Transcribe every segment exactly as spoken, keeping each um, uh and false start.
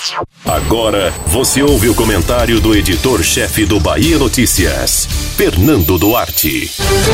Agora você ouve o comentário do editor-chefe do Bahia Notícias, Fernando Duarte.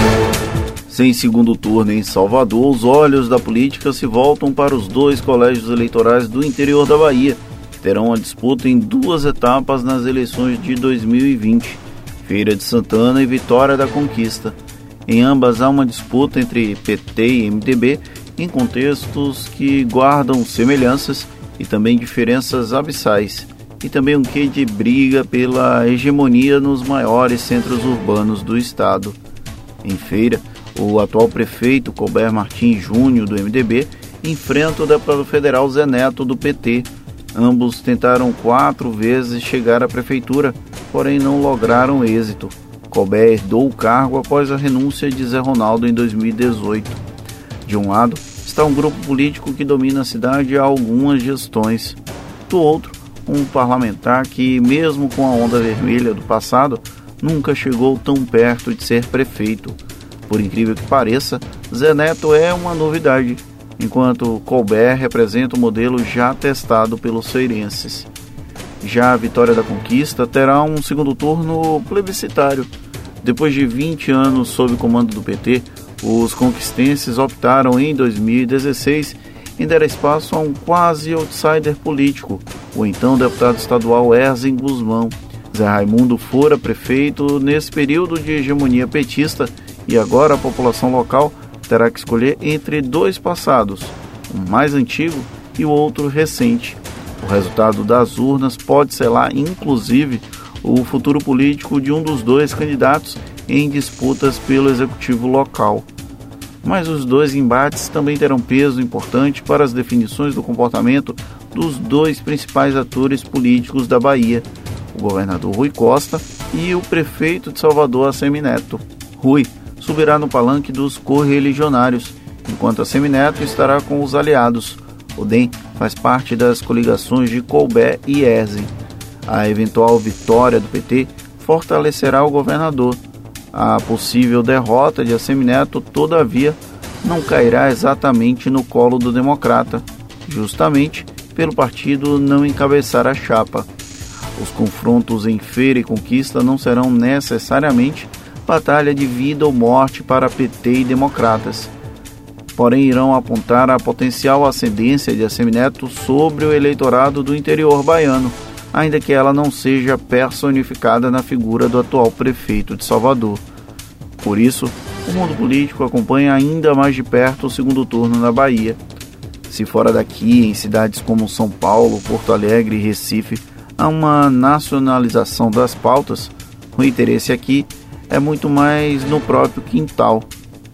Sem segundo turno em Salvador, os olhos da política se voltam para os dois colégios eleitorais do interior da Bahia, que terão a disputa em duas etapas nas eleições de dois mil e vinte, Feira de Santana e Vitória da Conquista. Em ambas há uma disputa entre P T e M D B, em contextos que guardam semelhanças e também diferenças abissais, e também um quê de briga pela hegemonia nos maiores centros urbanos do estado. Em Feira, o atual prefeito Colbert Martins Júnior, do M D B, enfrenta o deputado federal Zé Neto, do P T. Ambos tentaram quatro vezes chegar à prefeitura, porém não lograram êxito. Colbert herdou o cargo após a renúncia de Zé Ronaldo em dois mil e dezoito. De um lado, está um grupo político que domina a cidade há algumas gestões. Do outro, um parlamentar que, mesmo com a onda vermelha do passado, nunca chegou tão perto de ser prefeito. Por incrível que pareça, Zé Neto é uma novidade, enquanto Colbert representa o modelo já testado pelos feirenses. Já a Vitória da Conquista terá um segundo turno plebiscitário. Depois de vinte anos sob comando do P T, os conquistenses optaram em dois mil e dezesseis em dar espaço a um quase outsider político, o então deputado estadual Erzen Guzmão. Zé Raimundo fora prefeito nesse período de hegemonia petista e agora a população local terá que escolher entre dois passados, um mais antigo e o outro recente. O resultado das urnas pode selar, inclusive, o futuro político de um dos dois candidatos em disputas pelo executivo local. Mas os dois embates também terão peso importante para as definições do comportamento dos dois principais atores políticos da Bahia, o governador Rui Costa e o prefeito de Salvador, Assemineto. Rui subirá no palanque dos correligionários, enquanto Assemineto estará com os aliados. O D E M faz parte das coligações de Colbert e Erzen. A eventual vitória do P T fortalecerá o governador. A possível derrota de Assemineto, todavia, não cairá exatamente no colo do democrata, justamente pelo partido não encabeçar a chapa. Os confrontos em Feira e Conquista não serão necessariamente batalha de vida ou morte para P T e democratas, porém irão apontar a potencial ascendência de Assemineto sobre o eleitorado do interior baiano, ainda que ela não seja personificada na figura do atual prefeito de Salvador. Por isso, o mundo político acompanha ainda mais de perto o segundo turno na Bahia. Se fora daqui, em cidades como São Paulo, Porto Alegre e Recife, há uma nacionalização das pautas, o interesse aqui é muito mais no próprio quintal.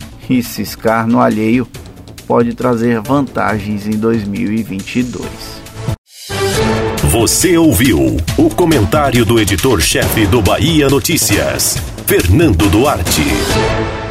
E ciscar no alheio pode trazer vantagens em dois mil e vinte e dois. Você ouviu o comentário do editor-chefe do Bahia Notícias, Fernando Duarte.